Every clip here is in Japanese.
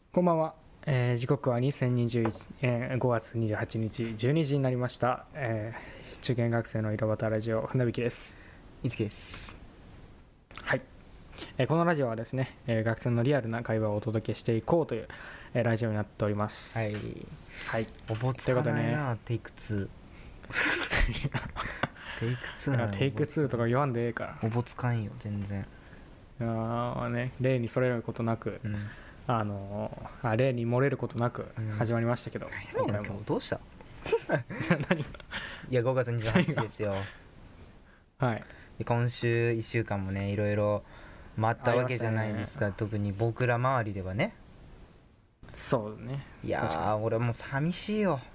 こんばんは、時刻は2021年5月28日12時になりました、中堅学生の井戸端ラジオ船引きです。 いつきです。 はい、このラジオはですね、学生のリアルな会話をお届けしていこうという、ラジオになっております。 はい。 はい、 おぼつかないな、テイク2。テイク2なの。 テイク2とか言わんでええから。 おぼつかんよ、全然。 例にそれることなく、例に漏れることなく始まりましたけど、 今日どうした何いや、5月28日ですよ。 はい。 今週1週間もね、いろいろ待ったわけじゃないですか、特に僕ら周りではね。 そうね。 いやー、俺はもう寂しいよ。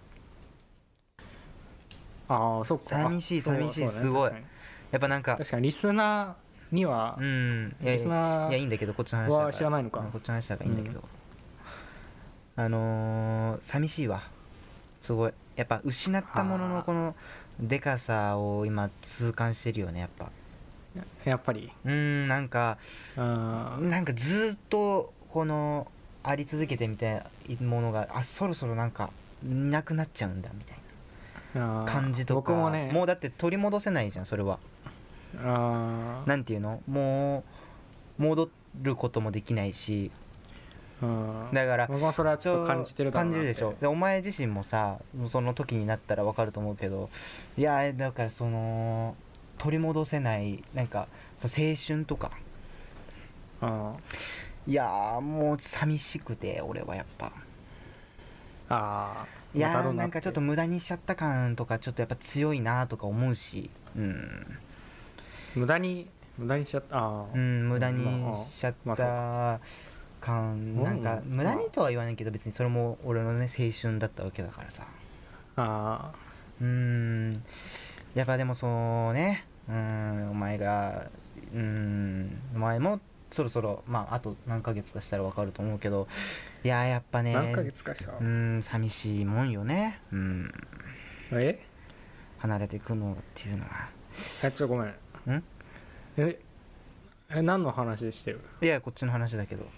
ああ、そっか。 寂しい、すごい。やっぱなんか確かにリスナーには、 リスナーいやいいんだけど、こっちの話だから。 知らないのか。 こっちの話だからいいんだけど、寂しいわ。すごい。やっぱ失ったもののこのでかさを今痛感してるよね、やっぱ。 やっぱり。 なんかずっとこのあり続けてみたいなものがそろそろなんかなくなっちゃうんだみたいな感じとか。 僕もね、 もうだって取り戻せないじゃん、それは。なんていうの、もう戻ることもできないし、だから僕もそれはちょっと感じてるだろうなって。 感じるでしょ。でお前自身もさ、その時になったら分かると思うけど、いやだからその取り戻せないなんかその青春とか、いやもう寂しくて、俺はやっぱいやなんかちょっと無駄にしちゃった感とかちょっとやっぱ強いなとか思うし、無駄にしちゃった。無駄にしちゃった感、なんか無駄にとは言わないけど、別にそれも俺のね青春だったわけだからさ。やっぱでもそうね、お前もそろそろあと何ヶ月かしたら分かると思うけど、いややっぱね、 何ヶ月かした、 寂しいもんよね。離れていくのっていうのは。 ごめん。何の話してる？ いやこっちの話だけど。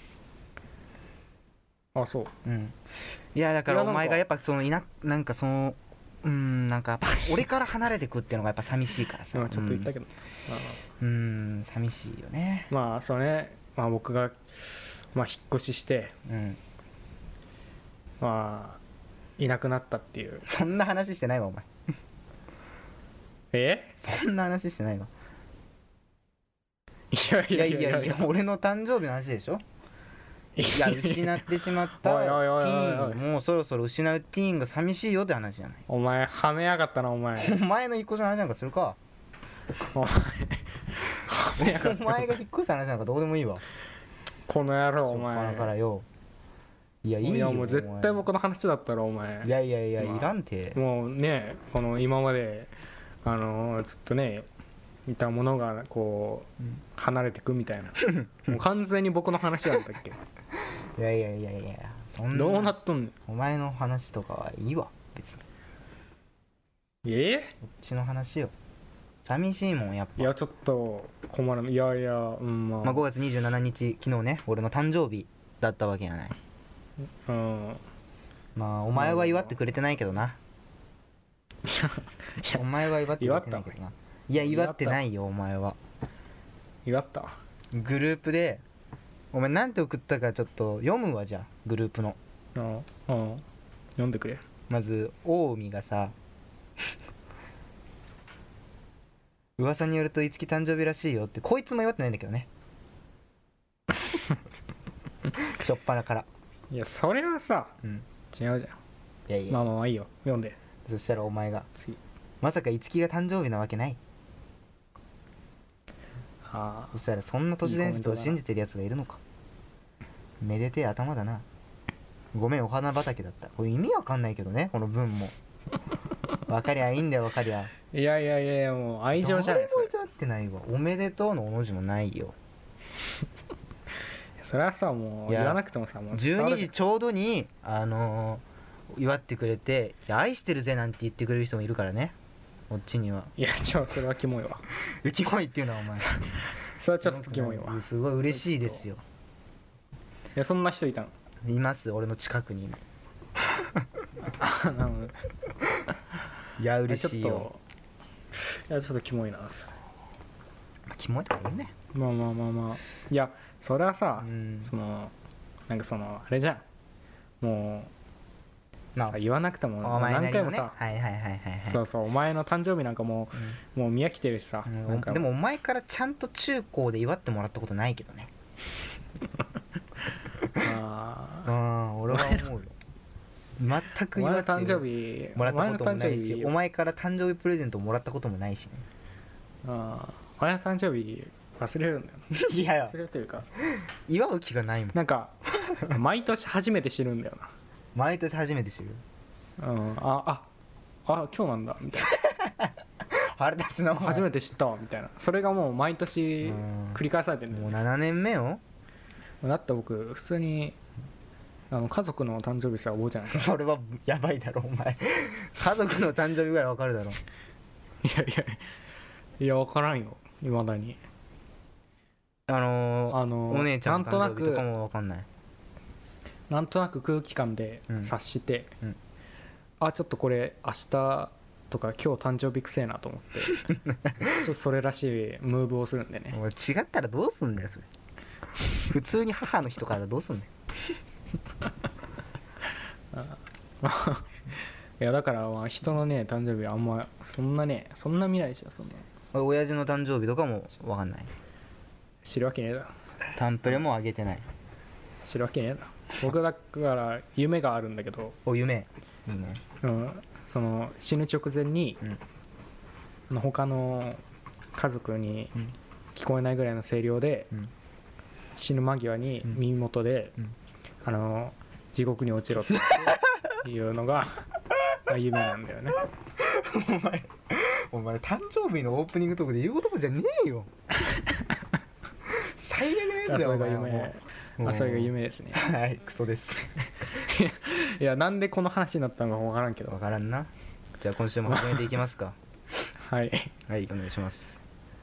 そう。 いやだからお前がやっぱそのなんかそのなんかやっぱ俺から離れてくっていうのがやっぱ寂しいからさ。 ちょっと言ったけど、 寂しいよね。 そうね。僕が引っ越しして、いなくなったっていう。 そんな話してないわお前。そんな話してないわ。いや俺の誕生日の話でしょ。いや失ってしまったティーン、もうそろそろ失うティーンが寂しいよって話じゃない。 お前はめやがったな。お前の引っ越しの話なんかするか。お前が引っ越した話なんかどうでもいいわ、 この野郎。お前からよ。いやいいよ、 もう絶対僕の話だったろお前。 いやいらんて。 もうね、この今までずっとねいたものがこう離れてくみたいなもう完全に僕の話だったっけ。 いやそんなどうなっとんねん。 お前の話とかはいいわ別に。こっちの話よ。寂しいもんやっぱ。 いやちょっと困る。5 月27日昨日ね、俺の誕生日だったわけやない。お前は祝ってくれてないけどな。お前は祝ってくれてないけどな。いや祝ってないよお前は。 祝った。 グループでお前なんて送ったかちょっと読むわ。じゃあグループの読んでくれ。 まず大海がさ噂によるといつき誕生日らしいよって。こいつも祝ってないんだけどねしょっぱなから。 いやそれはさ、違うじゃん。いやいいよ読んで。 そしたらお前が次、 まさかいつきが誕生日なわけない。そしたらそんな都市伝説を信じてるやつがいるのか。めでてえ頭だな。ごめんお花畑だった。これ意味わかんないけどね、この文もわかりゃいいんだよ。わかりゃいやもう愛情じゃない。 誰も歌ってないわ。おめでとうのおの字もないよそれはさもう言わなくてもさ、もう 12時ちょうどに祝ってくれて、愛してるぜなんて言ってくれる人もいるからね、こっちには。 いやそれはキモいわキモいっていうのはお前それはちょっとキモいわ。 すごい嬉しいですよ。 いやそんな人いたの。 います俺の近くに今。 なのでいや嬉しいよ。 いやちょっとキモいな。 キモいとか言うね。 まあいやそれはさ、そのなんかそのあれじゃん、もう、さ言わなくても何回もさ、そうそうお前の誕生日なんかもう見飽きてるしさ、 でもお前からちゃんと中高で祝ってもらったことないけどね。俺は思うよ。全く祝ってもらったこともないし、お前から誕生日プレゼントもらったこともないしね。 お前の誕生日忘れるんだよ。 いや忘れるというか祝う気がないもん。 なんか毎年初めて知るんだよな。 毎年初めて知る。 今日なんだみたいな。 腹立つな。 初めて知ったわみたいな。それがもう毎年繰り返されてるんだよ。 もう7年目よ。 だって僕普通に家族の誕生日さ覚えてない。 それはやばいだろお前。家族の誕生日ぐらいわかるだろ。 いや分からんよ未だに。 お姉ちゃんの誕生日とかも分かんない。 なんとなく空気感で察して、ちょっとこれ明日とか今日誕生日くせえなと思ってちょっとそれらしいムーブをするんでね。 違ったらどうすんだよそれ。普通に母の日とかだどうすんだよ。 いやだから人のね誕生日あんまそんな見ないでしょ。そんな親父の誕生日とかも分かんない。 知るわけねえだろ。 タンプレもあげてない。 知るわけねえだろ。僕だから夢があるんだけど。 夢いいね。 その死ぬ直前に、他の家族に聞こえないぐらいの声量で、死ぬ間際に耳元で、地獄に落ちろっていうのが夢なんだよね。 お前誕生日のオープニングトークで言う言葉じゃねえよ。最悪なやつだよお前。 それが夢ですね。 はい、クソです。 いやなんでこの話になったのか分からんけど。 分からんな。じゃあ今週も始めていきますか。 はいはいお願いします。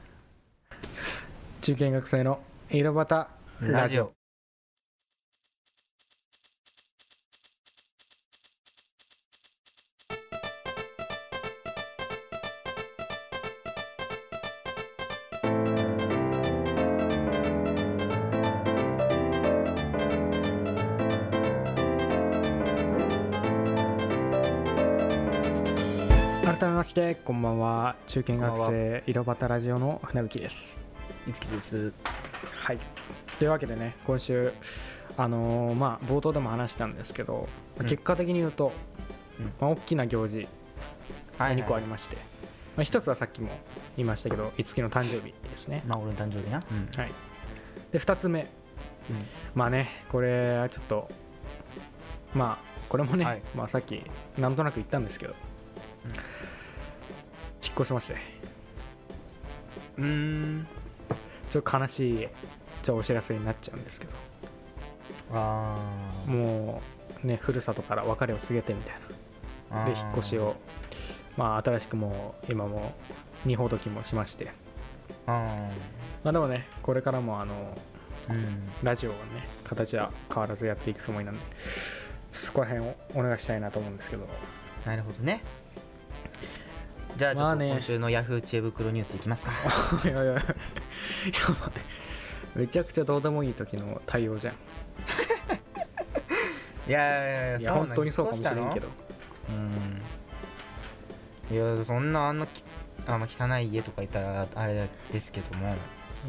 中堅学生の井戸端ラジオ。改めましてこんばんは。中堅学生井戸端ラジオの船吹です。 いつきです。 はい、というわけでね今週冒頭でも話したんですけど、結果的に言うと、大きな行事2個ありまして、1つはさっきも言いましたけどいつきの誕生日ですね。 俺の誕生日な。 はい、で2つ目、これはちょっとこれもね、さっきなんとなく言ったんですけど、引っ越しまして、ちょっと悲しいお知らせになっちゃうんですけど、もうねふるさとから別れを告げてみたいな。で引っ越しを新しくもう今も2ほどきもしまして、でもねこれからもラジオはね形は変わらずやっていくつもりなんで、そこら辺をお願いしたいなと思うんですけど。 なるほどね。じゃあちょっと今週のヤフー知恵袋ニュースいきますか。 いやばい、めちゃくちゃどうでもいい時の対応じゃん。 いや本当にそうかもしれんけど。 いやそんな汚い家とかいたらあれですけども、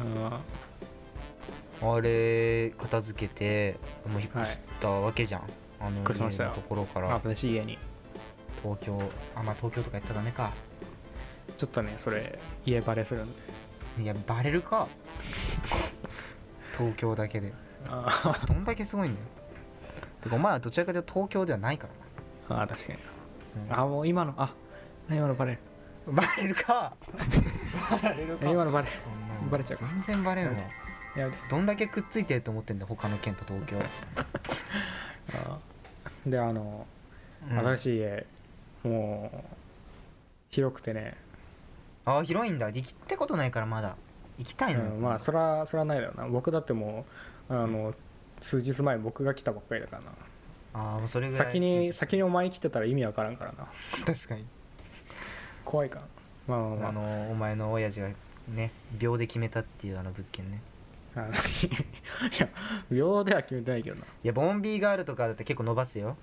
あれ片付けてもう引っ越したわけじゃん。家のところから新しい家に。 東京とかやったらダメか。 ちょっとねそれ家バレするんで。 いやバレるか。東京だけでどんだけすごいんだよ。てかお前はどちらかというと東京ではないからな。 確かに。もう今のバレる。 バレるか。 今のバレちゃう。 全然バレるわ。どんだけくっついてると思ってんだよ他の県と東京。 で新しい家もう広くてね。 広いんだ。行ったことないからまだ行きたいの。 そらないだろうな。僕だってもう数日前僕が来たばっかりだからな。 ああ、それぐらい先にお前来てたら意味わからんからな。 確かに怖いから。まあまあまあ、お前の親父がね秒で決めたっていう物件ね。 いや秒では決めてないけどな。いやボンビーガールとかだって結構伸ばすよ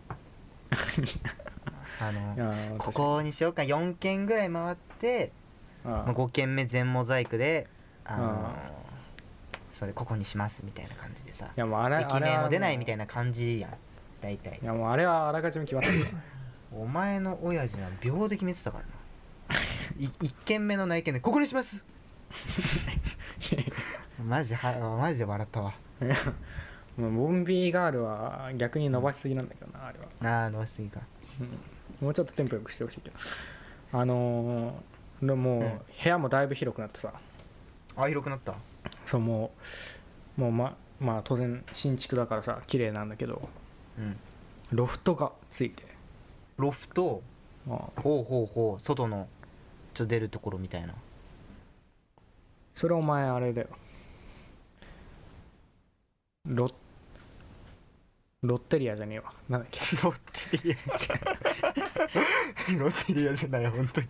ここにしようか、4軒ぐらい回って、5軒目全モザイクでそれここにしますみたいな感じでさ、 いやもう駅名も出ないみたいな感じやん大体。 いやもうあれはあらかじめ決まってるお前の親父は秒で決めてたからな1軒目の内見でここにしますマジで笑ったわもうボンビーガールは逆に伸ばしすぎなんだけどな、あれは。 伸ばしすぎか、 もうちょっとテンポよくしてほしいけど、もう部屋もだいぶ広くなってさ。 広くなった。 そう、もうまあ当然新築だからさ綺麗なんだけど、ロフトがついて。 ロフト、ほう外のちょっと出るところみたいな。 それお前あれだよ、ロッテリアじゃねえわ、なんだっけロッテリアロッテリアじゃない本当に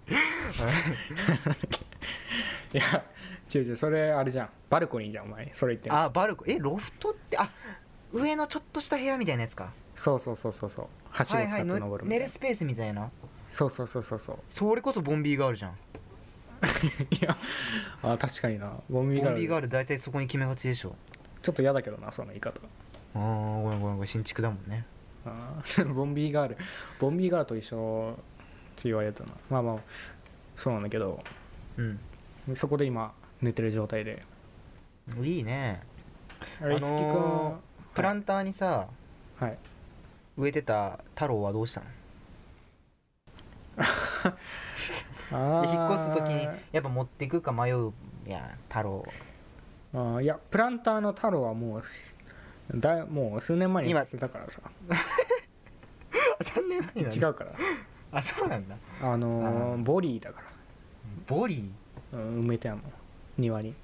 いや違うそれあれじゃん、バルコニーじゃんお前それ言ってんの。 バルコロフトって上のちょっとした部屋みたいなやつか。 そうはしご使って登る寝るスペースみたいな。 そうそれこそボンビーガールじゃんいや確かにな、ボンビーガール大体そこに決めがちでしょ。 ちょっと嫌だけどなその言い方。 ごめん新築だもんね。 ボンビーガールと一緒と言われるとな、まあそうなんだけど、そこで今寝てる状態で。 いいね。 いつきくんプランターにさ、植えてた太郎はどうしたの引っ越す時にやっぱ持っていくか迷うや太郎。 いやプランターの太郎はもう数年前に捨てたからさ 3年前に違うからそうなんだ。 ボリーだから。 ボリー、埋めてあんの庭に。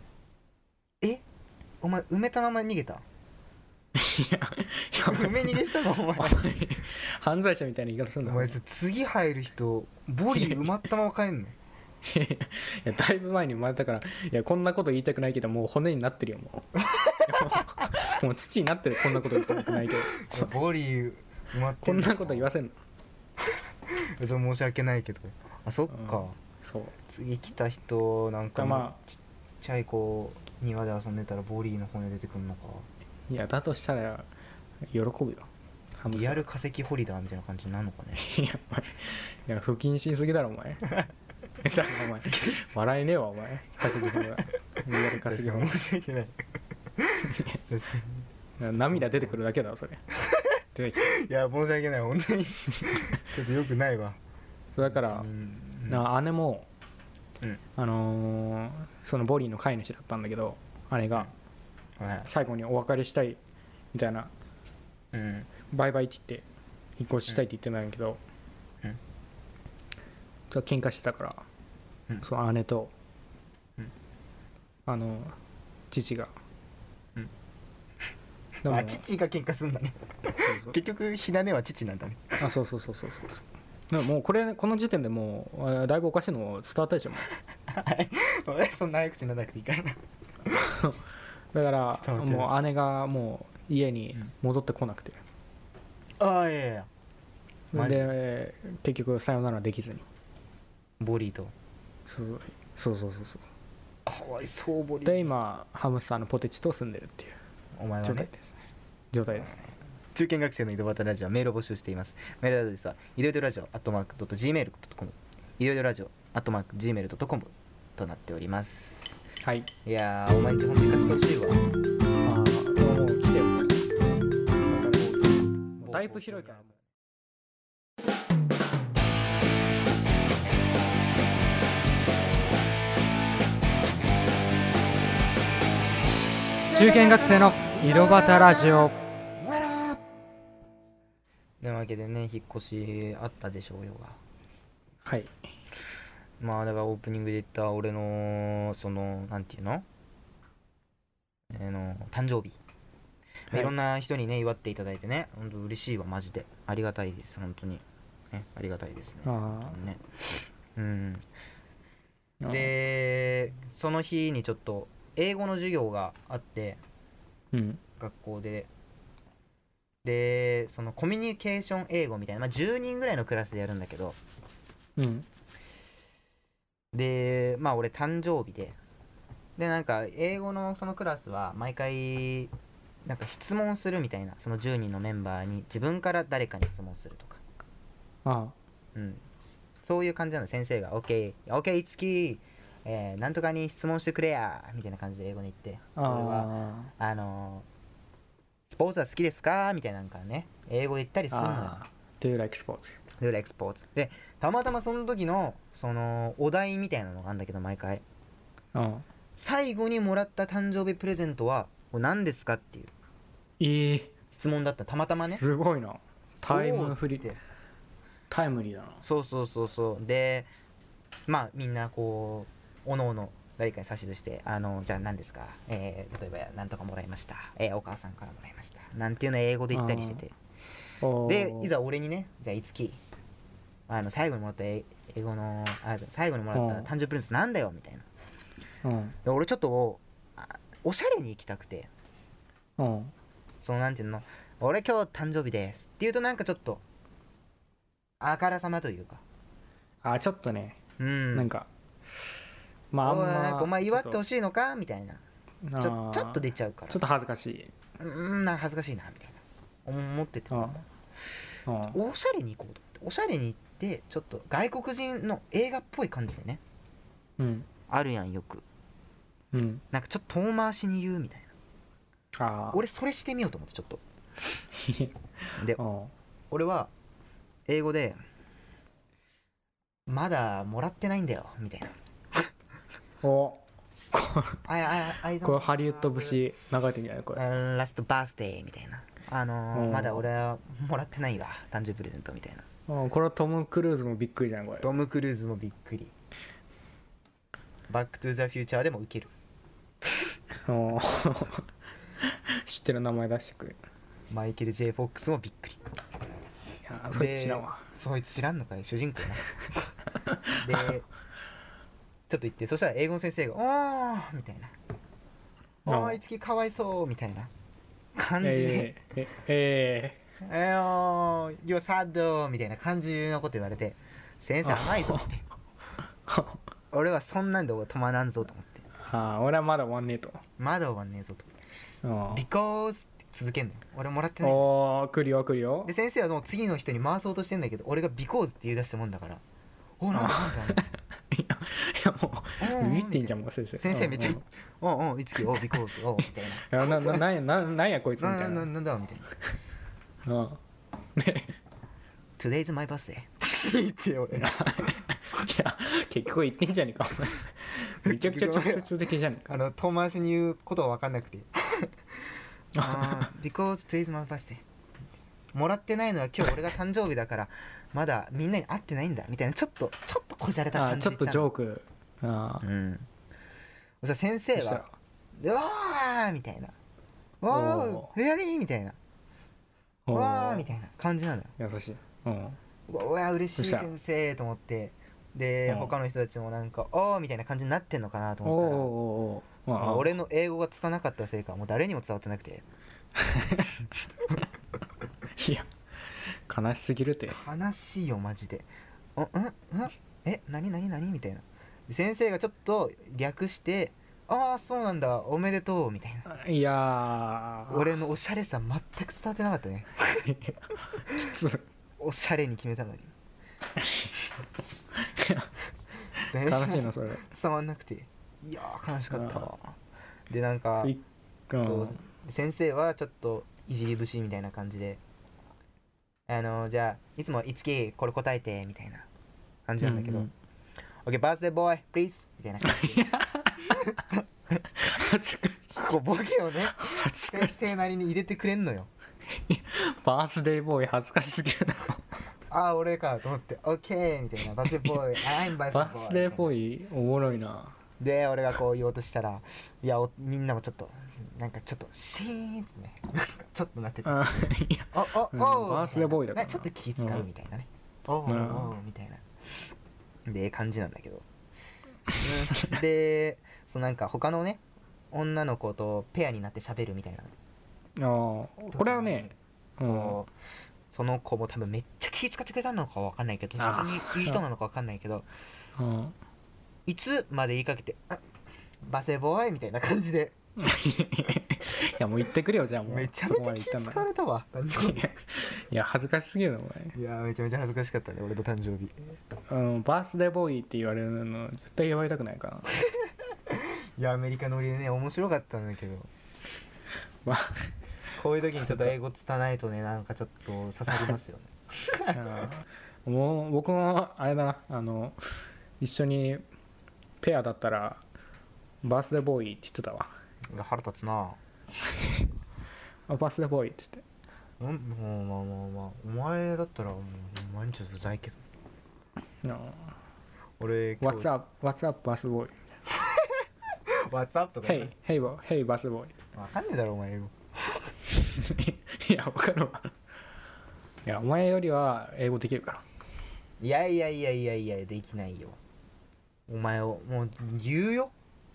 お前埋めたまま逃げた。 いや埋め逃げしたのお前犯罪者みたいな言い方するんだ。 お前次入る人ボリー埋まったまま帰んのいやだいぶ前に生まれたから。いやこんなこと言いたくないけどもう骨になってるよもう土になってる。こんなこと言いたくないけどボリー埋まってこんなこと言わせんのそれ申し訳ないけど。そっか、 そう次来た人なんかちっちゃい子庭で遊んでたらボリーの骨出てくんのか。 いやだとしたら喜ぶよ。 リアル化石ホリダーみたいな感じになるのかねいや不謹慎すぎだろお前お前笑えねえわお前。化石ホリダーリアル化石ホリダー申し訳ない涙出てくるだけだろそれいや申し訳ない本当にちょっとよくないわ。 だから姉も、そのボリーの飼い主だったんだけど、姉が最後にお別れしたいみたいな、バイバイって言って引っ越ししたいって言ってないんだけど、ちょっと喧嘩してたから、その姉と、父が、 父が喧嘩すんだね結局火種は父なんだね。 そうでももうこの時点でもうだいぶおかしいの伝わったでしょもうそんな早口にならなくていいからなだからもう姉がもう家に戻ってこなくて、 いやで結局さよならできずにボリーと。 そうかわいそうボリーで今ハムスターのポテチと住んでるっていうお前はね状態ですね。 中堅学生の井戸端ラジオはメールを募集しています。メールアドレスはいどいどラジオ@gmail.com いどいどラジオ@gmail.com となっております。 はい。 いやお前んち本当に行かせてほしいわ。 もう来てよ。だいぶ広いから中堅学生の井戸端ラジオ。 というわけでね、引っ越しあったでしょうよが。 はい。 だからオープニングで言った俺のそのなんていうの誕生日いろんな人にね祝っていただいてね、本当嬉しいわマジで、ありがたいです本当にね、ありがたいですね。ね、うん。でその日にちょっと英語の授業があって、 うん、 学校でそのコミュニケーション英語みたいな、まあ、10人ぐらいのクラスでやるんだけど、 うん、 でまあ俺誕生日でなんか英語のそのクラスは毎回なんか質問するみたいな、その10人のメンバーに自分から誰かに質問するとか、うん、そういう感じなの。先生が OK いつきなんとかに質問してくれやみたいな感じで英語で言って、俺はスポーツは好きですかみたいなのからね英語で言ったりするのよ。 Do you like sports? Do you like sports? でたまたまその時のそのお題みたいなのがあるんだけど、毎回最後にもらった誕生日プレゼントは何ですかっていう質問だった。たまたまね。 すごいな、タイムフリー、タイムリーだな。 そうでまあみんなこうおのおの誰かに指図してじゃあ何ですか、例えば何とかもらいました、お母さんからもらいましたなんていうの英語で言ったりしてて、でいざ俺にね、じゃあいつき最後にもらった最後にもらった誕生日プレゼントなんだよみたいな、で俺ちょっとおしゃれに行きたくて、そのなんていうの、俺今日誕生日ですって言うとなんかちょっとあからさまというか、 ちょっとね、なんかまあなんかお前祝ってほしいのかみたいな、ちょっと出ちゃうから、 ちょっと恥ずかしい、 なんか恥ずかしいなみたいな思ってて、おしゃれに行こうと思って、おしゃれに行ってちょっと外国人の映画っぽい感じでね、あるやんよく、なんかちょっと遠回しに言うみたいな、俺それしてみようと思ってちょっとで俺は英語でまだもらってないんだよみたいなこれハリウッド節流れてんじゃないこれ、 ラストバースデーみたいな、まだ俺はもらってないわ誕生日プレゼントみたいな、 これはトム・クルーズもびっくりじゃんこれ。 トム・クルーズもびっくり、バック・トゥ・ザ・フューチャーでもウケる知ってる名前出してくれ。 マイケル・ J ・フォックスもびっくり。 いやそいつ知らんわ。 そいつ知らんのかい、主人公なでちょっと言って、そしたら英語の先生が「おー」みたいな「おーいつきかわいそう」みたいな感じで「You're sad」みたいな感じのこと言われて、先生甘いぞって俺はそんなんで止まらんぞと思って、 俺はまだ終わんねえと、 まだ終わんねえぞと、because って続けんのよ、俺もらってない。 来るよで先生はもう次の人に回そうとしてんだけど、俺が because って言い出したもんだから、なんだいやもうビビってんじゃんもう先生めっちゃ「おういつきbecause おう」みたいななんやこいつみたいな、 なんだみたいなToday's my birthday 言って俺いや結局言ってんじゃねえかお前めちゃくちゃ直接的じゃねえか、 遠回しに言うことは分かんなくてbecause today's my birthday もらってないのは今日俺が誕生日だからまだみんなに会ってないんだみたいな、ちょっとこじゃれた感じでちょっとジョーク、 そしたら先生は「うわー」みたいな「わーレアリー」みたいな「わー」みたいな感じなのよ。 優しい。 うわ嬉しい先生と思って、で他の人たちもなんか「おー」みたいな感じになってんのかなと思ったら、俺の英語が拙なかったせいかもう誰にも伝わってなくていや悲しすぎるって。 悲しいよマジで。何みたいな。先生がちょっと略して「ああそうなんだおめでとう」みたいな。 いや俺のおしゃれさ全く伝わってなかったねきつおしゃれに決めたのに悲しいなそれ。 伝わんなくて、いや悲しかったわ。でなんかそう先生はちょっといじり節みたいな感じでじゃあいつもいつきこれ答えてみたいな感じなんだけど、OK バースデーボーイプリーズみたいな感じで恥ずかしいこうボケをね先生なりに入れてくれんのよバースデーボーイ恥ずかしすぎるな俺かと思って OK みたいな、バースデーボーイI'm バースデーボーイおもろいな。 で俺がこう言おうとしたら、いやみんなもちょっとなんかちょっとシーンってねちょっとなってていやおバースデーボーイだからちょっと気使うみたいなね、おみたいなで感じなんだけどでそうなんか他のね女の子とペアになって喋るみたいなこれはね、 その子も多分めっちゃ気使ってくれたのか分かんないけど普通にいい人なのか分かんないけどいつまで言いかけてバスデーボーイみたいな感じでいやもう言ってくれよじゃあもうめちゃめちゃ気使われたわ誕生日いや恥ずかしすぎるのお前。 いやめちゃめちゃ恥ずかしかったね俺の誕生日。 バースデーボーイって言われるの絶対言われたくないかな。 いやアメリカのりでね面白かったんだけどこういう時にちょっと英語つたないとねなんかちょっと刺さりますよねもう僕もあれだな一緒にペアだったらバースデーボーイって言ってたわ。 腹立つなバースデーボーイって言ってまあお前だったらもうお前にちょっとうざいけど俺 What's up バースデーボーイ What's up とか Heyバースデーボーイわかんねえだろお前英語いやわかるわ。いやお前よりは英語できるから。 いやできないよお前をもう言うよ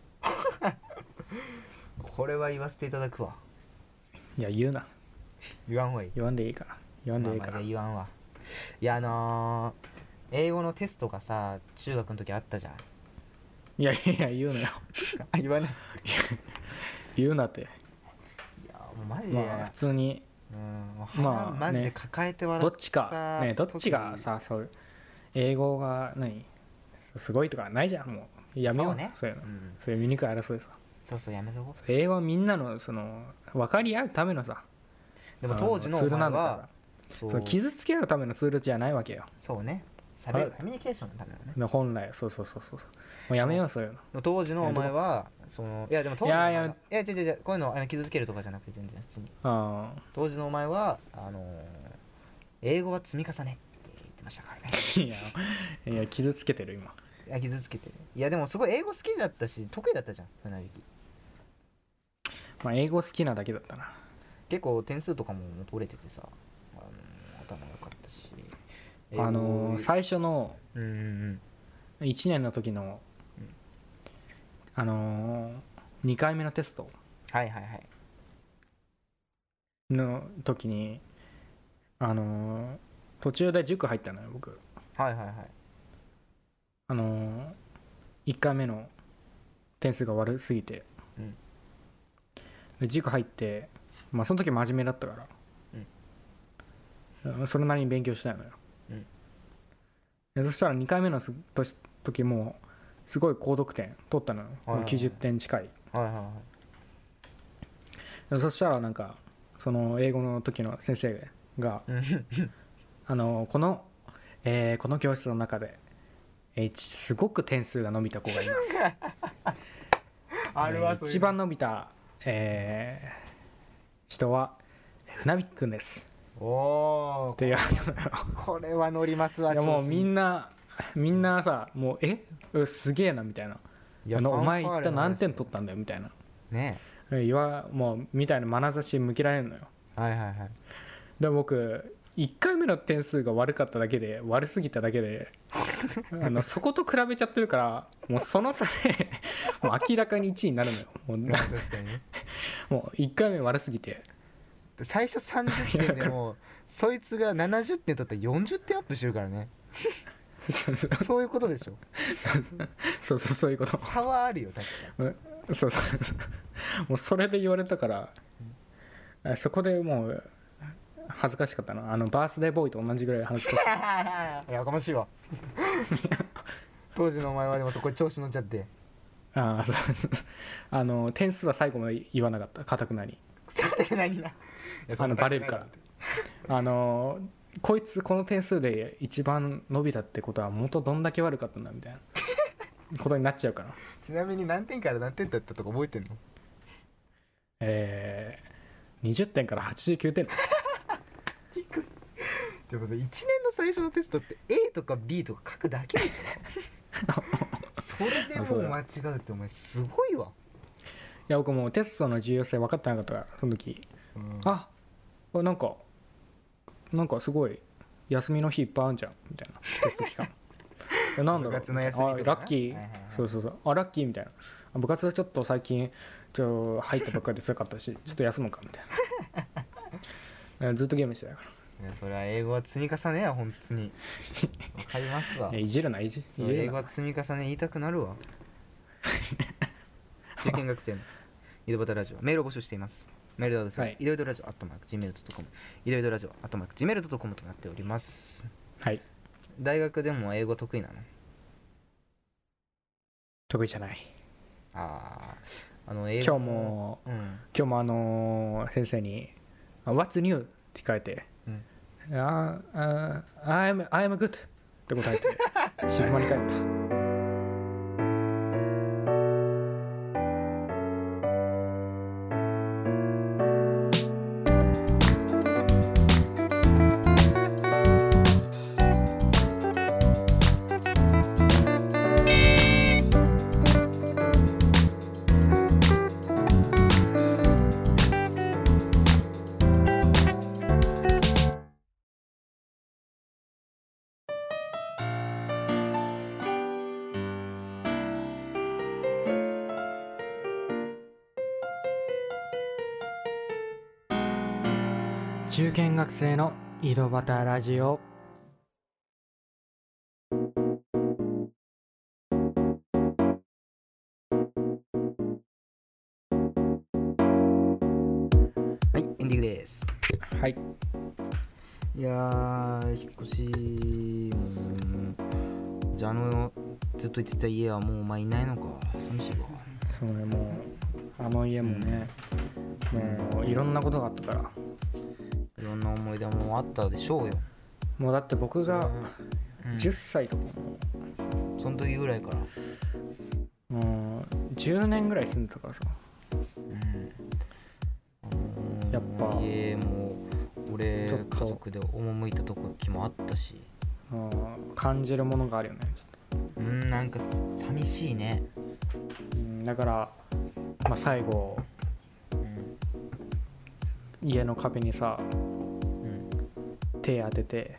これは言わせていただくわ。 いや言うな言わんほうがいい。 言わんでいいから言わんでいいから、 まあ、言わんわ。いや英語のテストがさ中学の時あったじゃん。 いや言うなよ言わない言うなって。いやもうマジで、 まあ普通にまあマジで抱えて笑った、 どっちがさそう英語がすごいとかないじゃん。もうやめようねそういうの、そういう醜い争いさ。 そうやめとこう。 英語はみんなのその分かり合うためのさでも当時のツールなんだからさそう傷つけ合うためのツールじゃないわけよ。 そうねコミュニケーションのためのね本来そうもうやめようそういうの。 当時のお前はいやでも当時の違うこういうの傷つけるとかじゃなくて全然普通に当時のお前は英語は積み重ねって言ってましたからねいや傷つけてる今。 いや傷つけてる。いやでもすごい英語好きだったし得意だったじゃん船引き。 まあ英語好きなだけだったな。 結構点数とかも取れててさ頭良かったし最初の1年の時の2回目のテストの時に途中で塾入ったのよ僕。1回目の点数が悪すぎて、で塾入って、まあその時真面目だったから、それなりに勉強したのよ、でそしたら2回目の時もすごい高得点取ったのよ、90点近い、そしたらなんかその英語の時の先生がこの教室の中ですごく点数が伸びた子がいます。一番伸びた、人は船引くんです。って言われたのよ。 これは乗りますわ。 いやもうみんなさもうすげえなみたいな。お前一体何点取ったんだよみたいな。 ねもうみたいな眼差し向けられるのよ。で僕1回目の点数が悪すぎただけでそこと比べちゃってるからもうその差でもう明らかに1位になるのよ。確かにもう1回目悪すぎて最初30点でもそいつが70点取ったら40点アップしてるからねそういうことでしょ。 そういうこと。 差はあるよ確かに。 そうもうそれで言われたから、そこでもう恥ずかしかったな。バースデーボーイと同じぐらい恥ずかしかったやかましいわ当時のお前はでもそこに調子乗っちゃって。 点数は最後まで言わなかった。固くなりバレるからこいつこの点数で一番伸びたってことは元どんだけ悪かったんだみたいなことになっちゃうからちなみに何点から何点だったとか覚えてんの ？20点から89点ですでもさ1年の最初のテストって A とか B とか書くだけでしょそれでもう間違うってお前すごいわ。 や僕もうテストの重要性分かってなかったからその時、なんかすごい休みの日いっぱいあるじゃんみたいなテスト期間なんだろう、 部活の休みとか、ね、 ラッキー、そうラッキーみたいな、部活はちょっと最近入ったばっかりで辛かったしちょっと休むかみたいなずっとゲームしてたから。 いやそれは英語は積み重ねや本当にわかりますわ。 いじるな英語は積み重ね言いたくなるわ受験学生の井戸端ラジオメールを募集しています。メールアドレスは井戸端ラジオ@gmail.com 井戸端ラジオ@gmail.com となっております。 はい。 大学でも英語得意なの？ 得意じゃない。 英語今日も先生に What's new? って聞かれて、I'm good って答えて静まり返った。中堅学生の井戸端ラジオ。 はい、エンディングです。 はい。 いやー、引っ越しじゃあずっと言ってた家はもうお前いないのか。寂しいわ。 そうね、もうあの家もね、もういろんなことがあったから、 いろんな思い出もあったでしょうよ。 もうだって僕が10歳とかも、 その時ぐらいからもう10年ぐらい住んでたからさ、やっぱ家も俺家族で赴いた時もあったし、 感じるものがあるよね。ちょっとなんか寂しいね。 だから、最後、家の壁にさ、手当てて、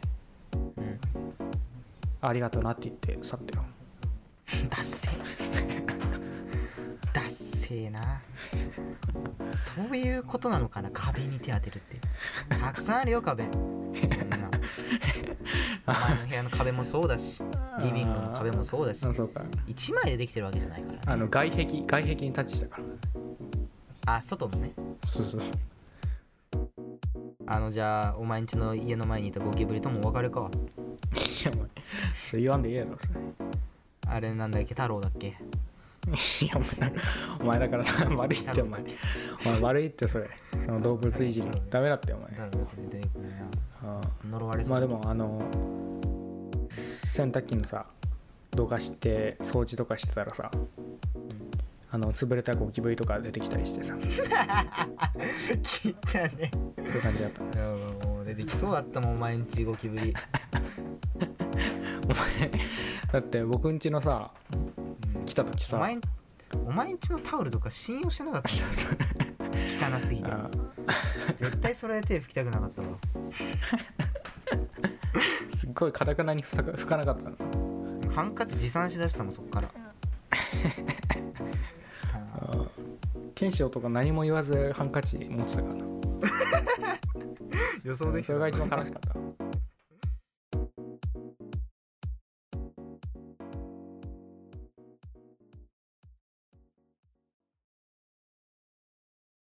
ありがとうなって言って去ったよ。 ダッセーダッセーな。そういうことなのかな、壁に手当てるって。たくさんあるよ壁。お前の部屋の壁もそうだし、リビングの壁もそうだし、1枚でできてるわけじゃないからね。 外壁にタッチしたから。 外のね。 そう。 じゃあお前んちの家の前にいたゴキブリともお別れか。 いや、それ言わんでいいやろ。 あれなんだっけ、太郎だっけ。いやお前だからさ、悪いってお前悪いってその動物いじりダメだってお前。 呪われそう。 でも洗濯機のさどかして掃除とかしてたらさ、潰れたゴキブリとか出てきたりしてさ聞いたね。 そういう感じだった。 もう出てきそうだったもん、お前んちゴキブリ。 だって僕んちのさ、来た時さ、 お前んちのタオルとか信用してなかった。汚すぎて絶対それで手拭きたくなかったわ。 すっごい堅くなに拭かなかったの。 ハンカチ持参しだしたもん、そっから。 ケンシオとか何も言わずハンカチ持ってたからな。 予想できた。 それが一番悲しかった。